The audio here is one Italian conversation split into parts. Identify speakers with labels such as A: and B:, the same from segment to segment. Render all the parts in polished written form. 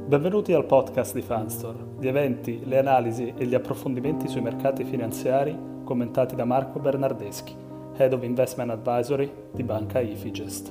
A: Benvenuti al podcast di Fanstore, gli eventi, le analisi e gli approfondimenti sui mercati finanziari commentati da Marco Bernardeschi, Head of Investment Advisory di Banca Ifigest.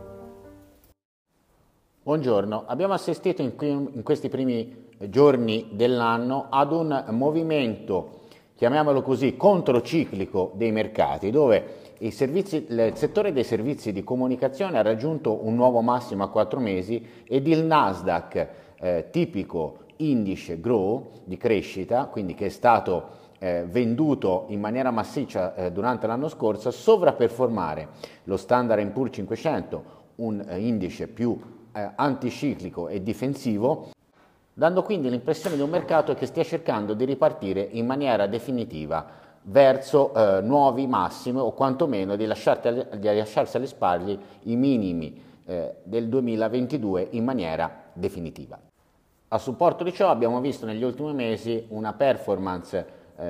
B: Buongiorno, abbiamo assistito in questi primi giorni dell'anno ad un movimento, chiamiamolo così, controciclico dei mercati, dove il settore dei servizi di comunicazione ha raggiunto un nuovo massimo a 4 mesi ed il Nasdaq, tipico indice grow di crescita, quindi che è stato venduto in maniera massiccia durante l'anno scorso, a sovraperformare lo Standard & Poor's 500, un indice più anticiclico e difensivo, dando quindi l'impressione di un mercato che stia cercando di ripartire in maniera definitiva verso nuovi massimi o quantomeno di lasciarsi alle spalle i minimi del 2022 in maniera definitiva. A supporto di ciò abbiamo visto negli ultimi mesi una performance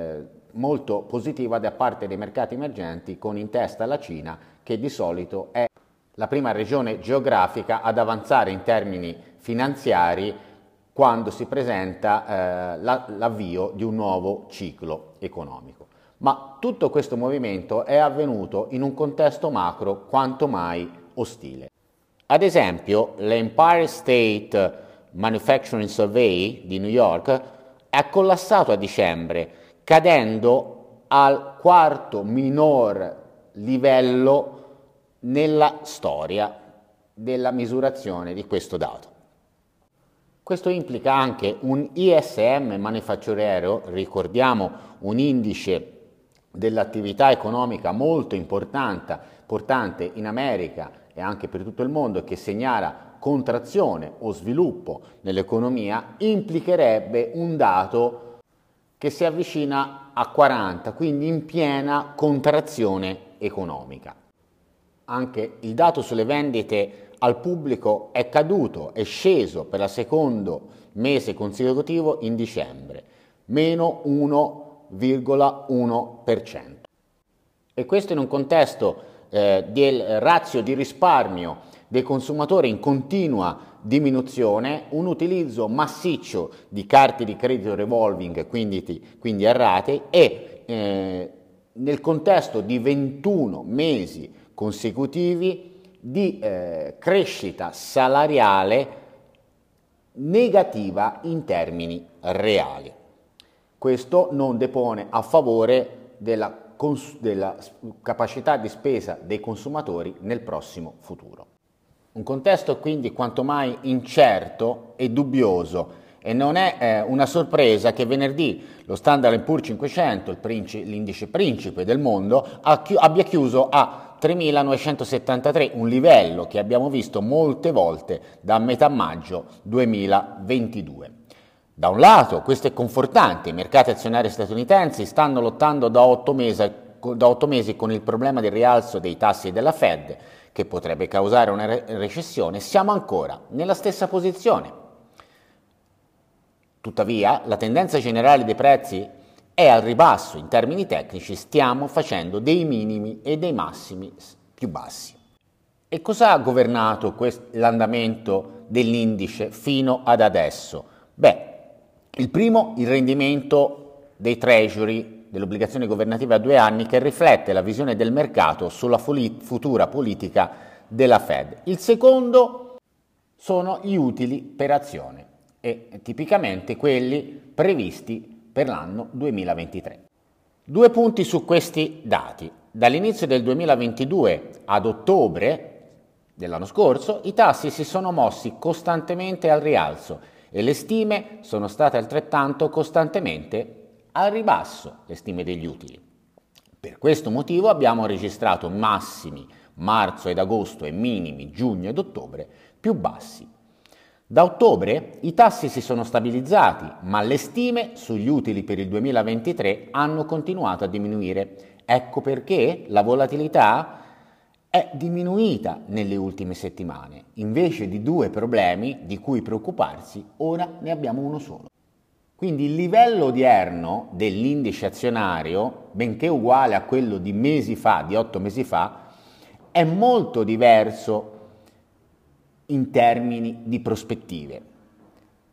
B: molto positiva da parte dei mercati emergenti, con in testa la Cina, che di solito è la prima regione geografica ad avanzare in termini finanziari quando si presenta l'avvio di un nuovo ciclo economico. Ma tutto questo movimento è avvenuto in un contesto macro quanto mai ostile. Ad esempio, l'Empire State Manufacturing Survey di New York è collassato a dicembre, cadendo al quarto minor livello nella storia della misurazione di questo dato. Questo implica anche un ISM manifatturiero, ricordiamo un indice dell'attività economica molto importante in America e anche per tutto il mondo, che segnala contrazione o sviluppo nell'economia, implicherebbe un dato che si avvicina a 40, quindi in piena contrazione economica. Anche il dato sulle vendite al pubblico è caduto, è sceso per il secondo mese consecutivo in dicembre, meno 1,1%. E questo in un contesto del ratio di risparmio dei consumatori in continua diminuzione, un utilizzo massiccio di carte di credito revolving, quindi a rate, e nel contesto di 21 mesi consecutivi di crescita salariale negativa in termini reali. Questo non depone a favore della capacità di spesa dei consumatori nel prossimo futuro. Un contesto quindi quanto mai incerto e dubbioso, e non è una sorpresa che venerdì lo Standard & Poor's 500, l'indice principe del mondo, abbia chiuso a 3.973, un livello che abbiamo visto molte volte da metà maggio 2022. Da un lato questo è confortante, i mercati azionari statunitensi stanno lottando da 8 mesi con il problema del rialzo dei tassi della Fed, che potrebbe causare una recessione. Siamo ancora nella stessa posizione. Tuttavia, la tendenza generale dei prezzi è al ribasso. In termini tecnici stiamo facendo dei minimi e dei massimi più bassi. E cosa ha governato l'andamento dell'indice fino ad adesso? Beh, il primo, il rendimento dei treasury, delle obbligazioni governative a 2 anni, che riflette la visione del mercato sulla futura politica della Fed. Il secondo sono gli utili per azione, e tipicamente quelli previsti per l'anno 2023. 2 punti su questi dati. Dall'inizio del 2022 ad ottobre dell'anno scorso i tassi si sono mossi costantemente al rialzo e le stime sono state altrettanto costantemente al ribasso, le stime degli utili. Per questo motivo abbiamo registrato massimi marzo ed agosto e minimi giugno ed ottobre più bassi. Da ottobre i tassi si sono stabilizzati, ma le stime sugli utili per il 2023 hanno continuato a diminuire. Ecco perché la volatilità è diminuita nelle ultime settimane. Invece di 2 problemi di cui preoccuparsi, ora ne abbiamo uno solo. Quindi il livello odierno dell'indice azionario, benché uguale a quello di 8 mesi fa, è molto diverso in termini di prospettive.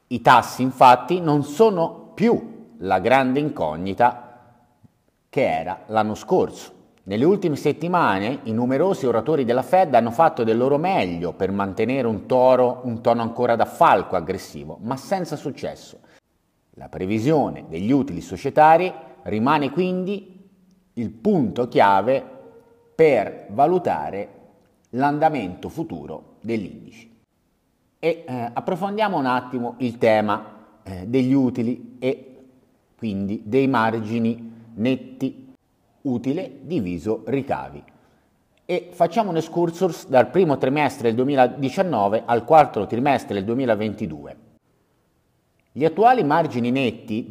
B: I tassi infatti non sono più la grande incognita che era l'anno scorso. Nelle ultime settimane i numerosi oratori della Fed hanno fatto del loro meglio per mantenere un tono ancora da falco aggressivo, ma senza successo. La previsione degli utili societari rimane quindi il punto chiave per valutare l'andamento futuro degli indici. E approfondiamo un attimo il tema degli utili e quindi dei margini netti utile diviso ricavi. E facciamo un excursus dal primo trimestre del 2019 al quarto trimestre del 2022. Gli attuali margini netti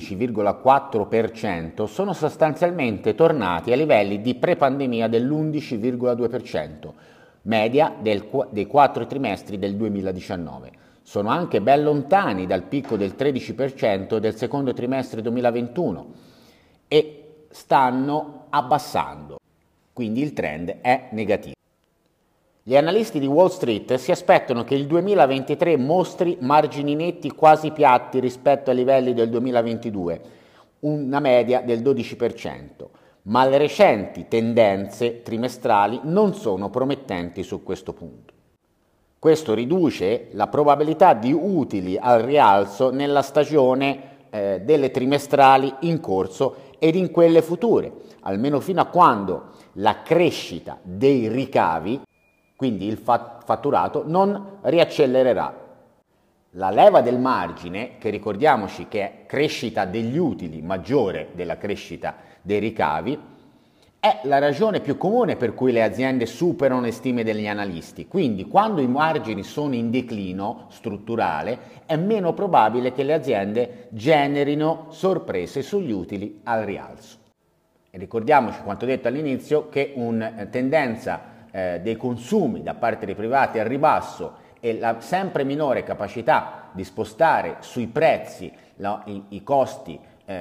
B: dell'11,4% sono sostanzialmente tornati ai livelli di pre-pandemia dell'11,2%, media dei 4 trimestri del 2019. Sono anche ben lontani dal picco del 13% del secondo trimestre 2021 e stanno abbassando, quindi il trend è negativo. Gli analisti di Wall Street si aspettano che il 2023 mostri margini netti quasi piatti rispetto ai livelli del 2022, una media del 12%, ma le recenti tendenze trimestrali non sono promettenti su questo punto. Questo riduce la probabilità di utili al rialzo nella stagione delle trimestrali in corso ed in quelle future, almeno fino a quando la crescita dei ricavi, quindi il fatturato, non riaccelererà. La leva del margine, che ricordiamoci che è crescita degli utili maggiore della crescita dei ricavi, è la ragione più comune per cui le aziende superano le stime degli analisti. Quindi quando i margini sono in declino strutturale è meno probabile che le aziende generino sorprese sugli utili al rialzo. E ricordiamoci quanto detto all'inizio che una tendenza dei consumi da parte dei privati al ribasso e la sempre minore capacità di spostare sui prezzi i costi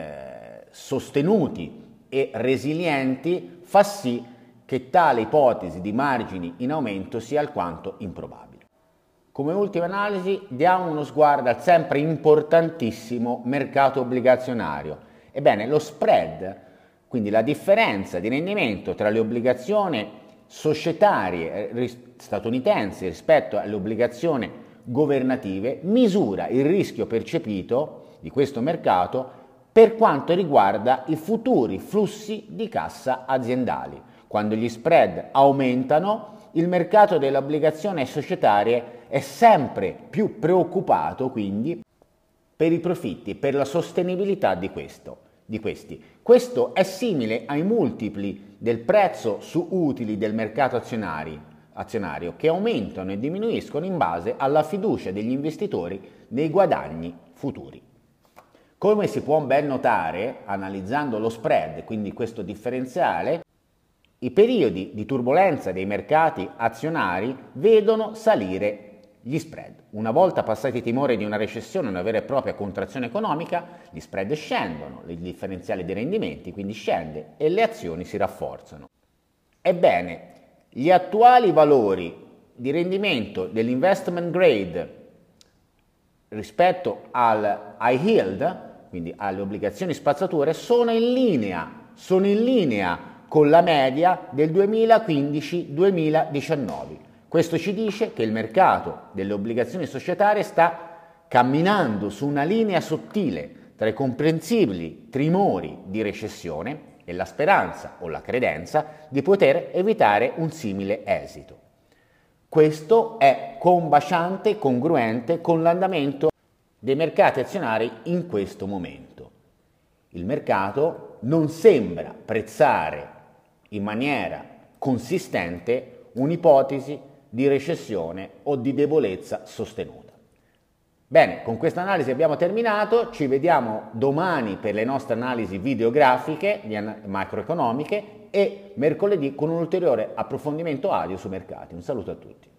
B: sostenuti e resilienti fa sì che tale ipotesi di margini in aumento sia alquanto improbabile. Come ultima analisi diamo uno sguardo al sempre importantissimo mercato obbligazionario. Ebbene, lo spread, quindi la differenza di rendimento tra le obbligazioni societarie statunitensi rispetto alle obbligazioni governative, misura il rischio percepito di questo mercato per quanto riguarda i futuri flussi di cassa aziendali. Quando gli spread aumentano, il mercato delle obbligazioni societarie è sempre più preoccupato quindi per i profitti, per la sostenibilità di questi. Questo è simile ai multipli del prezzo su utili del mercato azionario che aumentano e diminuiscono in base alla fiducia degli investitori nei guadagni futuri. Come si può ben notare, analizzando lo spread, quindi questo differenziale, i periodi di turbolenza dei mercati azionari vedono salire gli spread. Una volta passati i timori di una recessione, una vera e propria contrazione economica, gli spread scendono, il differenziale dei rendimenti quindi scende e le azioni si rafforzano. Ebbene, gli attuali valori di rendimento dell'investment grade rispetto al high yield, quindi alle obbligazioni spazzature, sono in linea con la media del 2015-2019. Questo ci dice che il mercato delle obbligazioni societarie sta camminando su una linea sottile tra i comprensibili timori di recessione e la speranza o la credenza di poter evitare un simile esito. Questo è combaciante, congruente con l'andamento dei mercati azionari in questo momento. Il mercato non sembra prezzare in maniera consistente un'ipotesi di recessione o di debolezza sostenuta. Bene, con questa analisi abbiamo terminato, ci vediamo domani per le nostre analisi videografiche macroeconomiche e mercoledì con un ulteriore approfondimento audio sui mercati. Un saluto a tutti.